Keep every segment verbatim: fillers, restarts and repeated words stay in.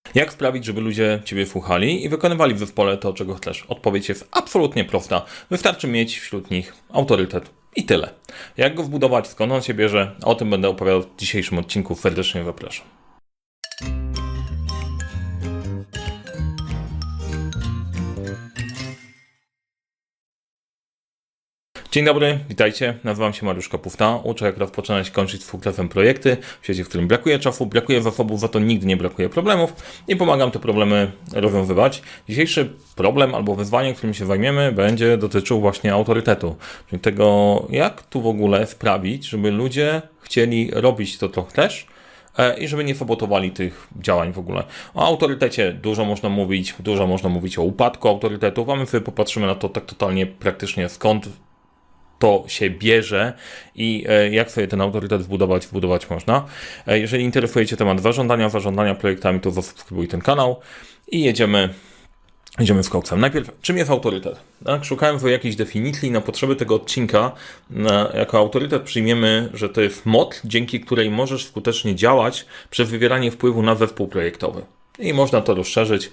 Jak sprawić, żeby ludzie Ciebie słuchali i wykonywali w zespole to, czego chcesz? Odpowiedź jest absolutnie prosta. Wystarczy mieć wśród nich autorytet i tyle. Jak go wbudować, skąd on się bierze? O tym będę opowiadał w dzisiejszym odcinku. Serdecznie zapraszam. Dzień dobry, witajcie. Nazywam się Mariusz Kapufta. Uczę, jak rozpoczynać i kończyć z sukcesem projekty w świecie, w którym brakuje czasu, brakuje zasobów, za to nigdy nie brakuje problemów i pomagam te problemy rozwiązywać. Dzisiejszy problem albo wyzwanie, którym się zajmiemy, będzie dotyczył właśnie autorytetu. Czyli tego, jak tu w ogóle sprawić, żeby ludzie chcieli robić to, co chcesz, i żeby nie sabotowali tych działań w ogóle. O autorytecie dużo można mówić, dużo można mówić o upadku autorytetu, a my sobie popatrzymy na to tak totalnie praktycznie, skąd to się bierze i jak sobie ten autorytet zbudować, zbudować można. Jeżeli interesuje Cię temat zarządzania, zarządzania projektami, to zasubskrybuj ten kanał i jedziemy, jedziemy z koksem. Najpierw, czym jest autorytet? Tak? Szukałem sobie jakiejś definicji na potrzeby tego odcinka. Jako autorytet przyjmiemy, że to jest moc, dzięki której możesz skutecznie działać przez wywieranie wpływu na zespół projektowy. I można to rozszerzyć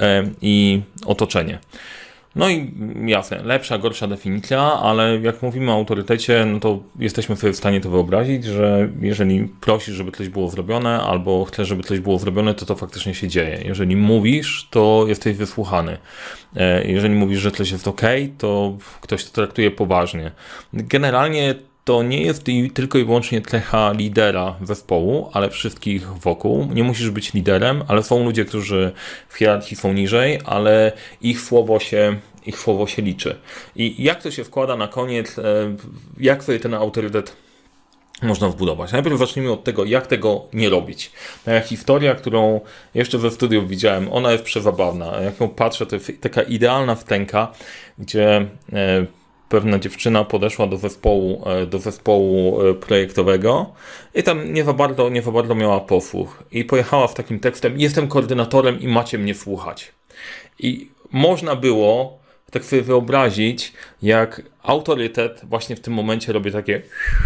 i otoczenie. No i jasne, lepsza, gorsza definicja, ale jak mówimy o autorytecie, no to jesteśmy sobie w stanie to wyobrazić, że jeżeli prosisz, żeby coś było zrobione, albo chcesz, żeby coś było zrobione, to to faktycznie się dzieje. Jeżeli mówisz, to jesteś wysłuchany. Jeżeli mówisz, że coś jest ok, to ktoś to traktuje poważnie. Generalnie to nie jest tylko i wyłącznie cecha lidera zespołu, ale wszystkich wokół. Nie musisz być liderem, ale są ludzie, którzy w hierarchii są niżej, ale ich słowo się, ich słowo się liczy. I jak to się wkłada na koniec, jak sobie ten autorytet można wbudować? Najpierw zacznijmy od tego, jak tego nie robić. Ta historia, którą jeszcze we studiu widziałem, ona jest przezabawna. Jak ją patrzę, to jest taka idealna wstęga, gdzie pewna dziewczyna podeszła do zespołu, do zespołu projektowego i tam nie za bardzo, nie za bardzo miała posłuch. I pojechała z takim tekstem: jestem koordynatorem i macie mnie słuchać. I można było tak sobie wyobrazić, jak autorytet właśnie w tym momencie robi takie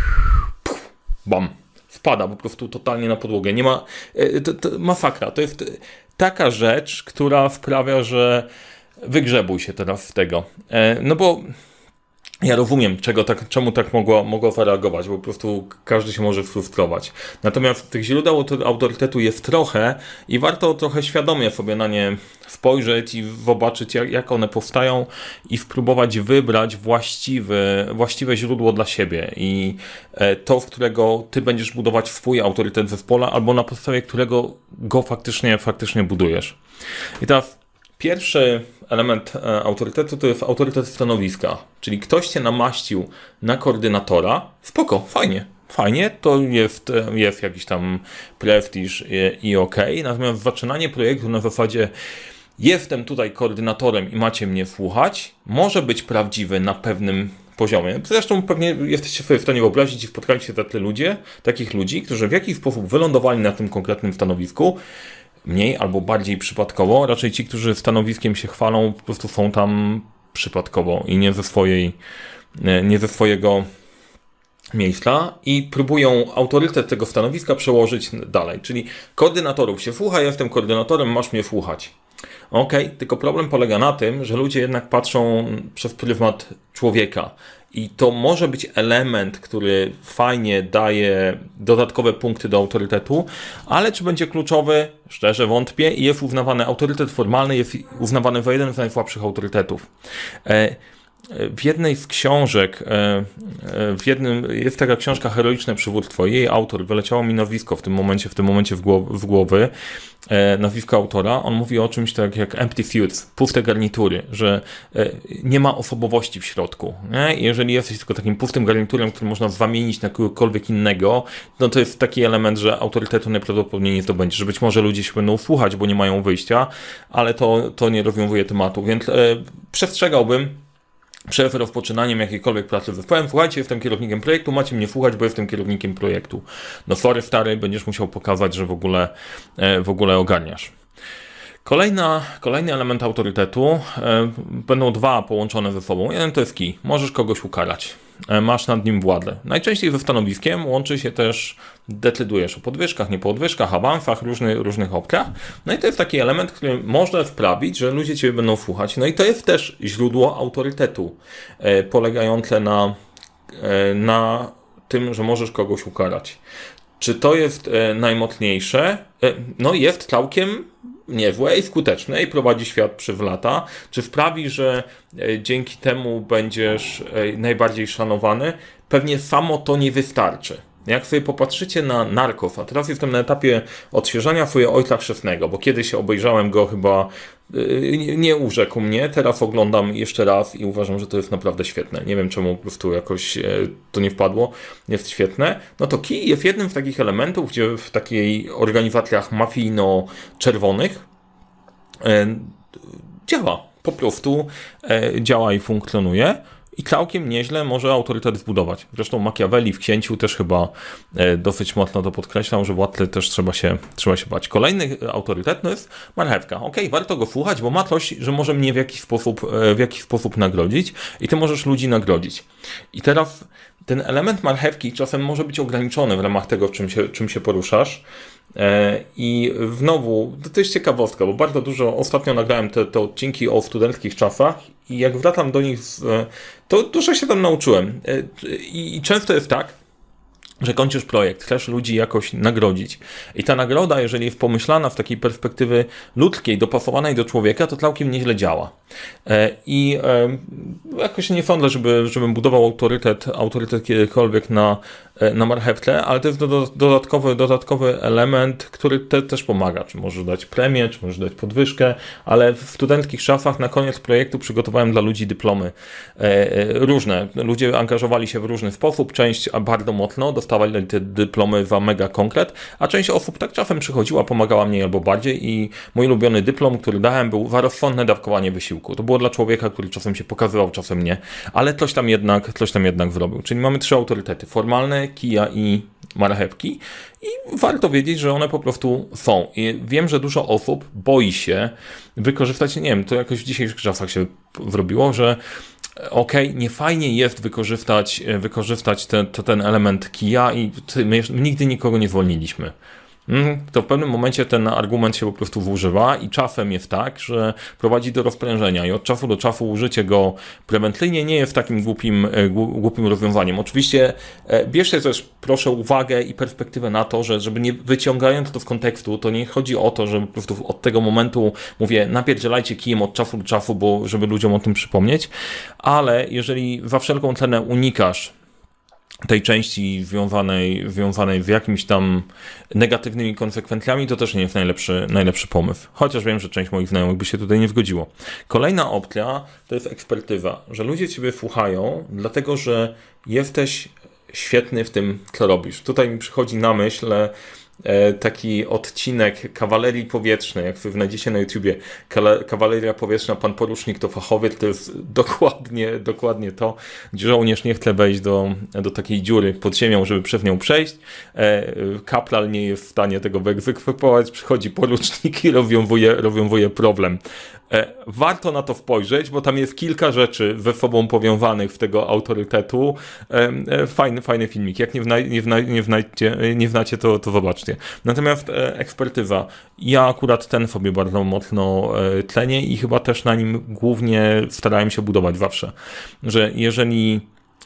bam, spada po prostu totalnie na podłogę. Nie ma, to, to masakra. To jest taka rzecz, która sprawia, że wygrzebuj się teraz z tego. No bo ja rozumiem, czego tak, czemu tak mogło, mogło zareagować, bo po prostu każdy się może frustrować. Natomiast tych źródeł autorytetu jest trochę i warto trochę świadomie sobie na nie spojrzeć i zobaczyć, jak, jak one powstają i spróbować wybrać właściwe, właściwe źródło dla siebie i to, w którego ty będziesz budować swój autorytet zespołu, albo na podstawie którego go faktycznie, faktycznie budujesz. I teraz pierwszy element autorytetu to jest autorytet stanowiska, czyli ktoś cię namaścił na koordynatora, spoko, fajnie, fajnie, to jest, jest jakiś tam prestiż i, i okej, okay. Natomiast zaczynanie projektu na zasadzie jestem tutaj koordynatorem i macie mnie słuchać, może być prawdziwe na pewnym poziomie. Zresztą pewnie jesteście sobie w stanie wyobrazić i spotkali się tacy ludzie, takich ludzi, którzy w jakiś sposób wylądowali na tym konkretnym stanowisku, mniej albo bardziej przypadkowo. Raczej ci, którzy stanowiskiem się chwalą, po prostu są tam przypadkowo i nie ze swojej, nie ze swojego miejsca i próbują autorytet tego stanowiska przełożyć dalej. Czyli koordynatorów się słucha, ja jestem koordynatorem, masz mnie słuchać. Okej, okay, tylko problem polega na tym, że ludzie jednak patrzą przez pryzmat człowieka. I to może być element, który fajnie daje dodatkowe punkty do autorytetu, ale czy będzie kluczowy? Szczerze wątpię i jest uznawany, autorytet formalny jest uznawany za jeden z najsłabszych autorytetów. W jednej z książek, w jednym, jest taka książka Heroiczne przywództwo, jej autor, wyleciało mi nazwisko w tym momencie, w tym momencie w głowy, w głowy nazwisko autora, on mówi o czymś tak jak empty suits, puste garnitury, że nie ma osobowości w środku. Nie? I jeżeli jesteś tylko takim pustym garniturem, który można zamienić na kogokolwiek innego, no to jest taki element, że autorytetu najprawdopodobniej nie zdobędziesz, że być może ludzie się będą słuchać, bo nie mają wyjścia, ale to, to nie rozwiązuje tematu, więc e, przestrzegałbym przed rozpoczynaniem jakiejkolwiek pracy z zespołem: słuchajcie, jestem kierownikiem projektu, macie mnie słuchać, bo jestem kierownikiem projektu. No sorry stary, będziesz musiał pokazać, że w ogóle, w ogóle ogarniasz. Kolejna, kolejny element autorytetu, e, będą dwa połączone ze sobą. Jeden to jest kij. Możesz kogoś ukarać. E, masz nad nim władzę. Najczęściej ze stanowiskiem łączy się też, decydujesz o podwyżkach, nie podwyżkach, awansach, różnych, różnych opcjach. No i to jest taki element, który może sprawić, że ludzie ciebie będą słuchać. No i to jest też źródło autorytetu, e, polegające na, e, na tym, że możesz kogoś ukarać. Czy to jest e, najmocniejsze? E, no jest całkiem niezłe i skuteczne i prowadzi świat przez lata. Czy sprawi, że e, dzięki temu będziesz e, najbardziej szanowany? Pewnie samo to nie wystarczy. Jak sobie popatrzycie na Narcos, a teraz jestem na etapie odświeżania swojego Ojca Chrzestnego, bo kiedyś obejrzałem go chyba, yy, nie urzekł mnie, teraz oglądam jeszcze raz i uważam, że to jest naprawdę świetne. Nie wiem czemu po prostu jakoś yy, to nie wpadło, jest świetne. No to kij jest jednym z takich elementów, gdzie w takiej organizacjach mafijno-czerwonych yy, działa, po prostu yy, działa i funkcjonuje. I całkiem nieźle może autorytet zbudować. Zresztą Machiavelli w Księciu też chyba e, dosyć mocno to podkreślał, że władcy też trzeba się, trzeba się bać. Kolejny autorytet no jest marchewka. Okej, warto go słuchać, bo ma coś, że może mnie w jakiś sposób, e, w jakiś sposób nagrodzić i ty możesz ludzi nagrodzić. I teraz ten element marchewki czasem może być ograniczony w ramach tego, czym się, czym się poruszasz. I znowu, to jest ciekawostka, bo bardzo dużo, ostatnio nagrałem te, te odcinki o studenckich czasach i jak wracam do nich, to dużo się tam nauczyłem. I, i często jest tak, że kończysz projekt, chcesz ludzi jakoś nagrodzić. I ta nagroda, jeżeli jest pomyślana w takiej perspektywy ludzkiej, dopasowanej do człowieka, to całkiem nieźle działa. I jakoś nie sądzę, żeby, żebym budował autorytet, autorytet kiedykolwiek na, na marchewce, ale to jest dodatkowy, dodatkowy element, który te, też pomaga. Czy możesz dać premię, czy możesz dać podwyżkę, ale w studenckich czasach na koniec projektu przygotowałem dla ludzi dyplomy różne. Ludzie angażowali się w różny sposób, część bardzo mocno, dostawali te dyplomy za mega konkret, a część osób tak czasem przychodziła, pomagała mniej albo bardziej i mój ulubiony dyplom, który dałem, był za rozsądne dawkowanie wysiłku. To było dla człowieka, który czasem się pokazywał, czasem nie, ale coś tam jednak, coś tam jednak zrobił. Czyli mamy trzy autorytety, formalne, kija i marchewki i warto wiedzieć, że one po prostu są. I wiem, że dużo osób boi się wykorzystać, nie wiem, to jakoś w dzisiejszych czasach się zrobiło, że okej, okay, nie fajnie jest wykorzystać, wykorzystać te, te, ten element kija i my nigdy nikogo nie zwolniliśmy. To w pewnym momencie ten argument się po prostu zużywa i czasem jest tak, że prowadzi do rozprężenia i od czasu do czasu użycie go prewencyjnie nie jest takim głupim, głupim rozwiązaniem. Oczywiście bierzcie też proszę uwagę i perspektywę na to, że żeby nie wyciągając to z kontekstu, to nie chodzi o to, że po prostu od tego momentu mówię napierdzielajcie kijem od czasu do czasu, bo żeby ludziom o tym przypomnieć, ale jeżeli za wszelką cenę unikasz tej części związanej, związanej z jakimiś tam negatywnymi konsekwencjami, to też nie jest najlepszy, najlepszy pomysł. Chociaż wiem, że część moich znajomych by się tutaj nie zgodziło. Kolejna opcja to jest ekspertyza, że ludzie ciebie słuchają, dlatego że jesteś świetny w tym, co robisz. Tutaj mi przychodzi na myśl taki odcinek Kawalerii Powietrznej, jak wy znajdziecie na YouTubie, Kawaleria Powietrzna, pan porucznik to fachowiec, to jest dokładnie, dokładnie to, gdzie żołnierz nie chce wejść do, do takiej dziury pod ziemią, żeby przez nią przejść. Kapral nie jest w stanie tego wyekzekwować, przychodzi porucznik i rozwiązuje, rozwiązuje problem. Warto na to spojrzeć, bo tam jest kilka rzeczy ze sobą powiązanych w tego autorytetu. Fajny, fajny filmik. Jak nie, wna, nie, wna, nie, wnajcie, nie znacie, to, to zobaczcie. Natomiast ekspertyza. Ja akurat ten sobie bardzo mocno tlenię i chyba też na nim głównie starałem się budować zawsze. Że jeżeli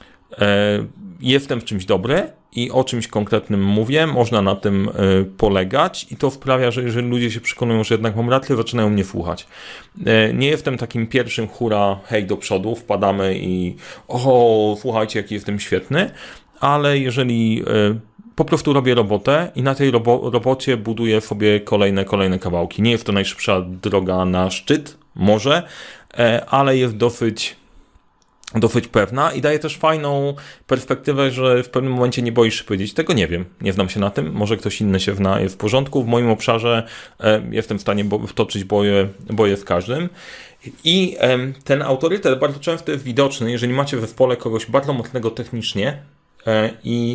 jestem w czymś dobry i o czymś konkretnym mówię, można na tym y, polegać i to sprawia, że jeżeli ludzie się przekonują, że jednak mam rację, zaczynają mnie słuchać. Y, nie jestem takim pierwszym hura, hej do przodu, wpadamy i o, słuchajcie, jaki jestem świetny, ale jeżeli y, po prostu robię robotę i na tej robo- robocie buduję sobie kolejne, kolejne kawałki. Nie jest to najszybsza droga na szczyt, może, y, ale jest dosyć dosyć pewna i daje też fajną perspektywę, że w pewnym momencie nie boisz się powiedzieć, tego nie wiem, nie znam się na tym, może ktoś inny się zna, jest w porządku, w moim obszarze e, jestem w stanie bo- wtoczyć boje, boje z każdym. I e, ten autorytet bardzo często jest widoczny, jeżeli macie w zespole kogoś bardzo mocnego technicznie e, i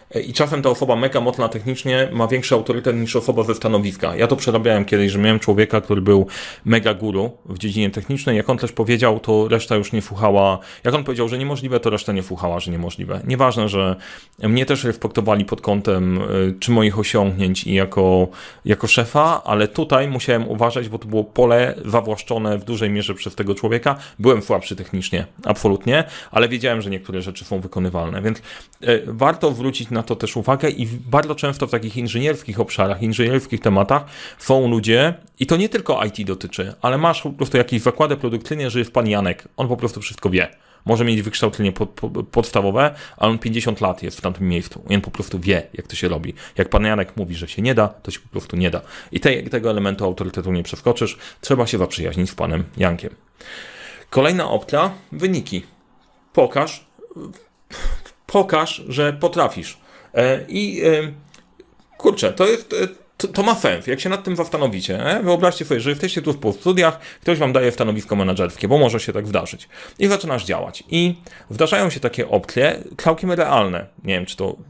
I czasem ta osoba mega mocna technicznie ma większy autorytet niż osoba ze stanowiska. Ja to przerabiałem kiedyś, że miałem człowieka, który był mega guru w dziedzinie technicznej. Jak on też powiedział, to reszta już nie słuchała. Jak on powiedział, że niemożliwe, to reszta nie słuchała, że niemożliwe. Nieważne, że mnie też respektowali pod kątem czy moich osiągnięć i jako, jako szefa, ale tutaj musiałem uważać, bo to było pole zawłaszczone w dużej mierze przez tego człowieka. Byłem słabszy technicznie, absolutnie, ale wiedziałem, że niektóre rzeczy są wykonywalne, więc warto zwrócić na to też uwagę i bardzo często w takich inżynierskich obszarach, inżynierskich tematach są ludzie, i to nie tylko I T dotyczy, ale masz po prostu jakieś zakłady produkcyjne, że jest pan Janek, on po prostu wszystko wie. Może mieć wykształcenie pod, pod, podstawowe, ale on pięćdziesiąt lat jest w tamtym miejscu. I on po prostu wie, jak to się robi. Jak pan Janek mówi, że się nie da, to się po prostu nie da. I te, tego elementu autorytetu nie przeskoczysz. Trzeba się zaprzyjaźnić z panem Jankiem. Kolejna opcja, wyniki. Pokaż, pokaż, że potrafisz. I kurczę, to jest... To, to ma sens, jak się nad tym zastanowicie. Nie? Wyobraźcie sobie, że jesteście tu po studiach, ktoś wam daje stanowisko menedżerskie, bo może się tak zdarzyć. I zaczynasz działać. I zdarzają się takie opcje całkiem realne. Nie wiem, czy to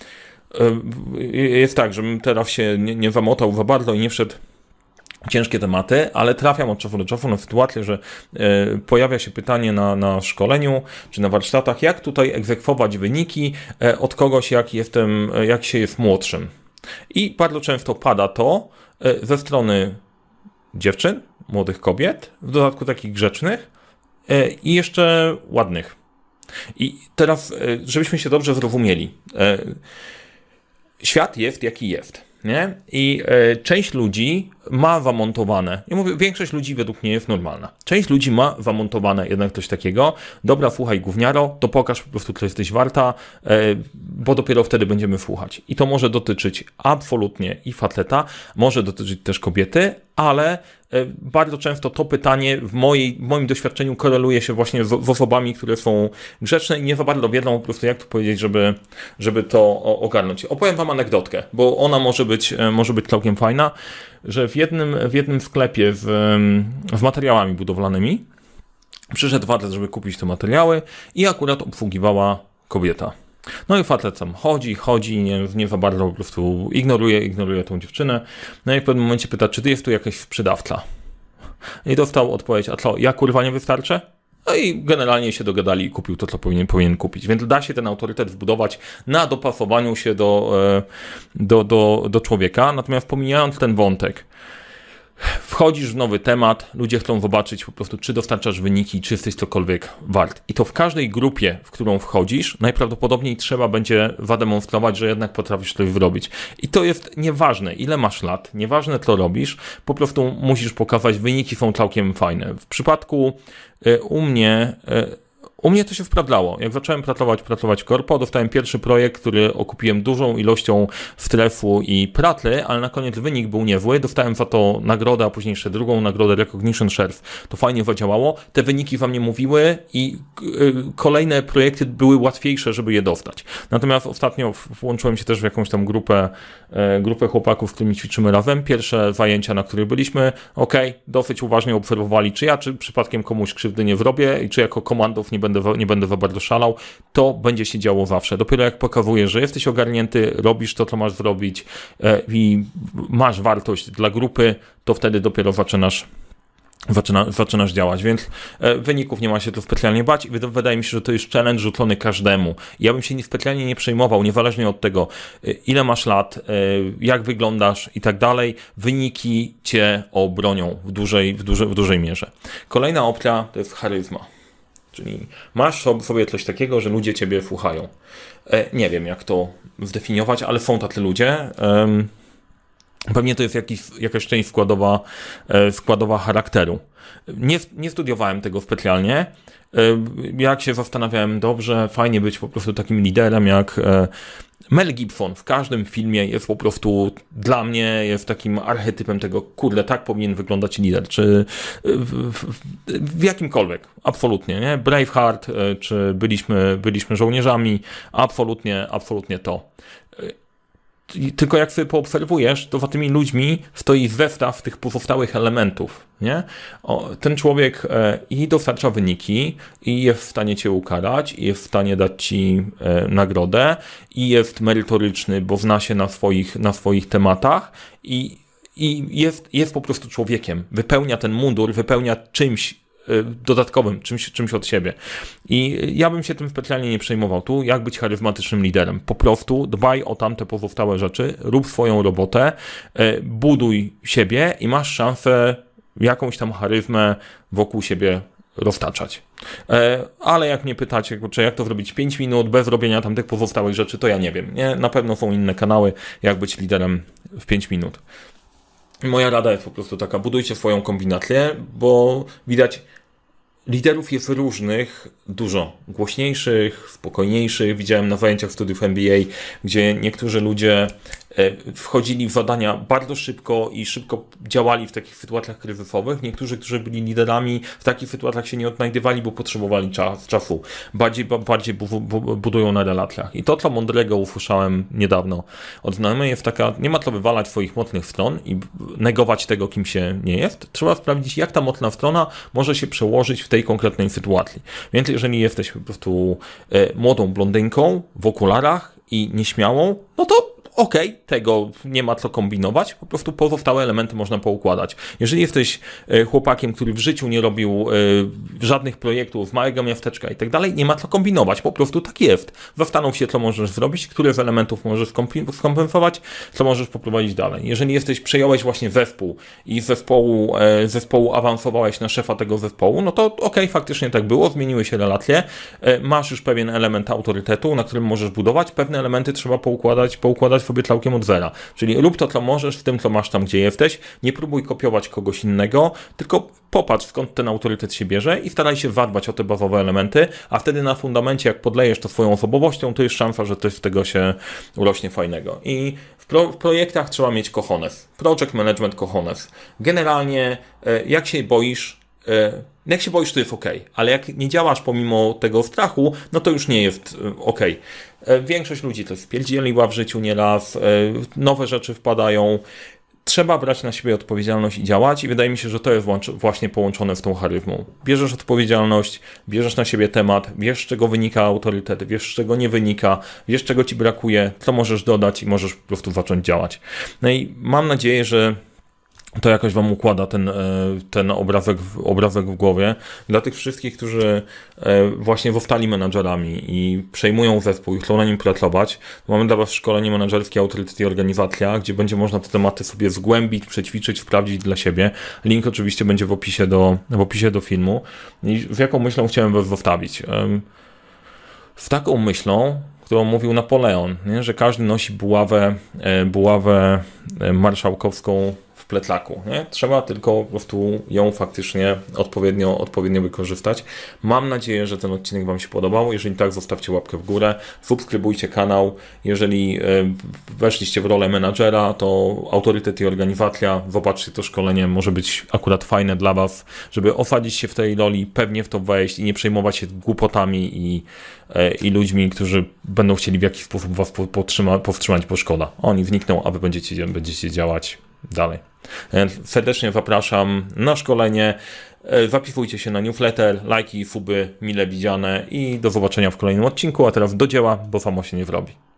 jest tak, żebym teraz się nie, nie zamotał za bardzo i nie wszedł w ciężkie tematy, ale trafiam od czasu do czasu na sytuację, że y, pojawia się pytanie na, na szkoleniu czy na warsztatach, jak tutaj egzekwować wyniki y, od kogoś, jak jestem, jak się jest młodszym. I bardzo często pada to ze strony dziewczyn, młodych kobiet, w dodatku takich grzecznych i jeszcze ładnych. I teraz, żebyśmy się dobrze zrozumieli, świat jest jaki jest. Nie? I e, część ludzi ma zamontowane, ja mówię, większość ludzi według mnie jest normalna. Część ludzi ma zamontowane jednak coś takiego, dobra, słuchaj gówniaro, to pokaż po prostu, co jesteś warta, e, bo dopiero wtedy będziemy słuchać. I to może dotyczyć absolutnie i faceta, może dotyczyć też kobiety, ale e, bardzo często to pytanie w, mojej, w moim doświadczeniu koreluje się właśnie z, z osobami, które są grzeczne i nie za bardzo wiedzą po prostu, jak to powiedzieć, żeby, żeby to ogarnąć. Opowiem wam anegdotkę, bo ona może być, może być całkiem fajna, że w jednym, w jednym sklepie z, z materiałami budowlanymi przyszedł facet, żeby kupić te materiały i akurat obsługiwała kobieta. No i facet tam chodzi, chodzi, nie, nie za bardzo po prostu ignoruje, ignoruje tą dziewczynę. No i w pewnym momencie pyta, czy ty jest tu jakaś sprzedawca? I dostał odpowiedź, a co, ja kurwa nie wystarczę? No i generalnie się dogadali i kupił to, co powinien, powinien kupić. Więc da się ten autorytet zbudować na dopasowaniu się do, do, do, do człowieka. Natomiast pomijając ten wątek, wchodzisz w nowy temat, ludzie chcą zobaczyć po prostu, czy dostarczasz wyniki, czy jesteś cokolwiek wart. I to w każdej grupie, w którą wchodzisz, najprawdopodobniej trzeba będzie zademonstrować, że jednak potrafisz coś zrobić. I to jest nieważne, ile masz lat, nieważne, co robisz, po prostu musisz pokazać, wyniki są całkiem fajne. W przypadku y, u mnie... Y, U mnie to się sprawdzało. Jak zacząłem pracować, pracować w korpo, dostałem pierwszy projekt, który okupiłem dużą ilością stresu i pracy, ale na koniec wynik był niezły. Dostałem za to nagrodę, a później jeszcze drugą nagrodę Recognition Shares. To fajnie zadziałało. Te wyniki wam nie mówiły i kolejne projekty były łatwiejsze, żeby je dostać. Natomiast ostatnio włączyłem się też w jakąś tam grupę, grupę chłopaków, z którymi ćwiczymy razem. Pierwsze zajęcia, na których byliśmy, ok, dosyć uważnie obserwowali, czy ja, czy przypadkiem komuś krzywdy nie zrobię i czy jako komandów nie będę nie będę za bardzo szalał, to będzie się działo zawsze. Dopiero jak pokazujesz, że jesteś ogarnięty, robisz to, co masz zrobić i masz wartość dla grupy, to wtedy dopiero zaczynasz Zaczyna, zaczynasz działać, więc e, wyników nie ma się tu specjalnie bać i wydaje mi się, że to jest challenge rzucony każdemu. Ja bym się nie specjalnie nie przejmował, niezależnie od tego, e, ile masz lat, e, jak wyglądasz i tak dalej, wyniki cię obronią w dużej, w, dużej, w dużej mierze. Kolejna opcja to jest charyzma. Czyli masz sobie coś takiego, że ludzie ciebie słuchają. E, nie wiem, jak to zdefiniować, ale są tacy ludzie. E, pewnie to jest jakiś, jakaś część składowa, e, składowa charakteru. Nie, nie studiowałem tego specjalnie. E, jak się zastanawiałem, dobrze, fajnie być po prostu takim liderem jak e, Mel Gibson w każdym filmie jest po prostu dla mnie jest takim archetypem tego, kurde, tak powinien wyglądać lider, czy w, w, w jakimkolwiek, absolutnie, nie? Braveheart, czy byliśmy, byliśmy żołnierzami, absolutnie, absolutnie to. tylko jak sobie poobserwujesz, to za tymi ludźmi stoi zestaw tych pozostałych elementów, nie? O, ten człowiek e, i dostarcza wyniki, i jest w stanie cię ukarać, i jest w stanie dać ci e, nagrodę, i jest merytoryczny, bo zna się na swoich, na swoich tematach, i, i jest, jest po prostu człowiekiem. Wypełnia ten mundur, wypełnia czymś dodatkowym, czymś, czymś od siebie. I ja bym się tym specjalnie nie przejmował. Tu jak być charyzmatycznym liderem. Po prostu dbaj o tamte pozostałe rzeczy, rób swoją robotę, buduj siebie i masz szansę jakąś tam charyzmę wokół siebie roztaczać. Ale jak mnie pytacie, czy jak to zrobić pięć minut bez robienia tamtych pozostałych rzeczy, to ja nie wiem. Nie? Na pewno są inne kanały, jak być liderem w pięć minut. Moja rada jest po prostu taka, budujcie swoją kombinację, bo widać, liderów jest różnych, dużo głośniejszych, spokojniejszych. Widziałem na zajęciach studiów M B A, gdzie niektórzy ludzie wchodzili w zadania bardzo szybko i szybko działali w takich sytuacjach kryzysowych. Niektórzy, którzy byli liderami, w takich sytuacjach się nie odnajdywali, bo potrzebowali czas, czasu. Bardziej, bardziej budują na relacjach. I to, co mądrego usłyszałem niedawno od znajomej, jest taka, nie ma co wywalać swoich mocnych stron i negować tego, kim się nie jest. Trzeba sprawdzić, jak ta mocna strona może się przełożyć w tej konkretnej sytuacji. Więc jeżeli jesteś po prostu e, młodą blondynką w okularach i nieśmiałą, no to okej, okay, tego nie ma co kombinować, po prostu pozostałe elementy można poukładać. Jeżeli jesteś chłopakiem, który w życiu nie robił y, żadnych projektów, małego miasteczka i tak dalej, nie ma co kombinować, po prostu tak jest. Zastanów się, co możesz zrobić, które z elementów możesz skompensować, co możesz poprowadzić dalej. Jeżeli jesteś, przejąłeś właśnie zespół i z zespołu, y, zespołu awansowałeś na szefa tego zespołu, no to okej, okay, faktycznie tak było, zmieniły się relacje, y, masz już pewien element autorytetu, na którym możesz budować, pewne elementy trzeba poukładać, poukładać sobie całkiem od zera. Czyli rób to, co możesz w tym, co masz tam, gdzie jesteś. Nie próbuj kopiować kogoś innego, tylko popatrz, skąd ten autorytet się bierze i staraj się zadbać o te bazowe elementy, a wtedy na fundamencie, jak podlejesz to swoją osobowością, to jest szansa, że coś z tego się urośnie fajnego. I w, pro, w projektach trzeba mieć cojones. Project management cojones. Generalnie, jak się boisz, jak się boisz, to jest ok, ale jak nie działasz pomimo tego strachu, no to już nie jest ok. Większość ludzi to spierdzieliła w życiu nieraz, nowe rzeczy wpadają. Trzeba brać na siebie odpowiedzialność i działać i wydaje mi się, że to jest właśnie połączone z tą charyzmą. Bierzesz odpowiedzialność, bierzesz na siebie temat, wiesz, z czego wynika autorytet, wiesz, z czego nie wynika, wiesz, czego ci brakuje, co możesz dodać i możesz po prostu zacząć działać. No i mam nadzieję, że to jakoś wam układa ten, ten obrazek, obrazek w głowie. Dla tych wszystkich, którzy właśnie zostali menadżerami i przejmują zespół i chcą na nim pracować, mamy dla was szkolenie menadżerskie Autorytet i Organizacja, gdzie będzie można te tematy sobie zgłębić, przećwiczyć, sprawdzić dla siebie. Link oczywiście będzie w opisie do, w opisie do filmu. I z jaką myślą chciałem was zostawić? Z taką myślą, którą mówił Napoleon, nie? Że każdy nosi buławę, buławę marszałkowską w plecaku. Nie? Trzeba tylko po prostu ją faktycznie odpowiednio, odpowiednio wykorzystać. Mam nadzieję, że ten odcinek wam się podobał. Jeżeli tak, zostawcie łapkę w górę, subskrybujcie kanał. Jeżeli weszliście w rolę menadżera, to Autorytet i Organizacja, zobaczcie to szkolenie, może być akurat fajne dla was, żeby osadzić się w tej roli, pewnie w to wejść i nie przejmować się głupotami i, i ludźmi, którzy będą chcieli w jakiś sposób was powstrzymać, bo szkoda. Oni wnikną, a wy będziecie, będziecie działać dalej. Serdecznie zapraszam na szkolenie. Zapisujcie się na newsletter, lajki, suby, mile widziane i do zobaczenia w kolejnym odcinku, a teraz do dzieła, bo samo się nie zrobi.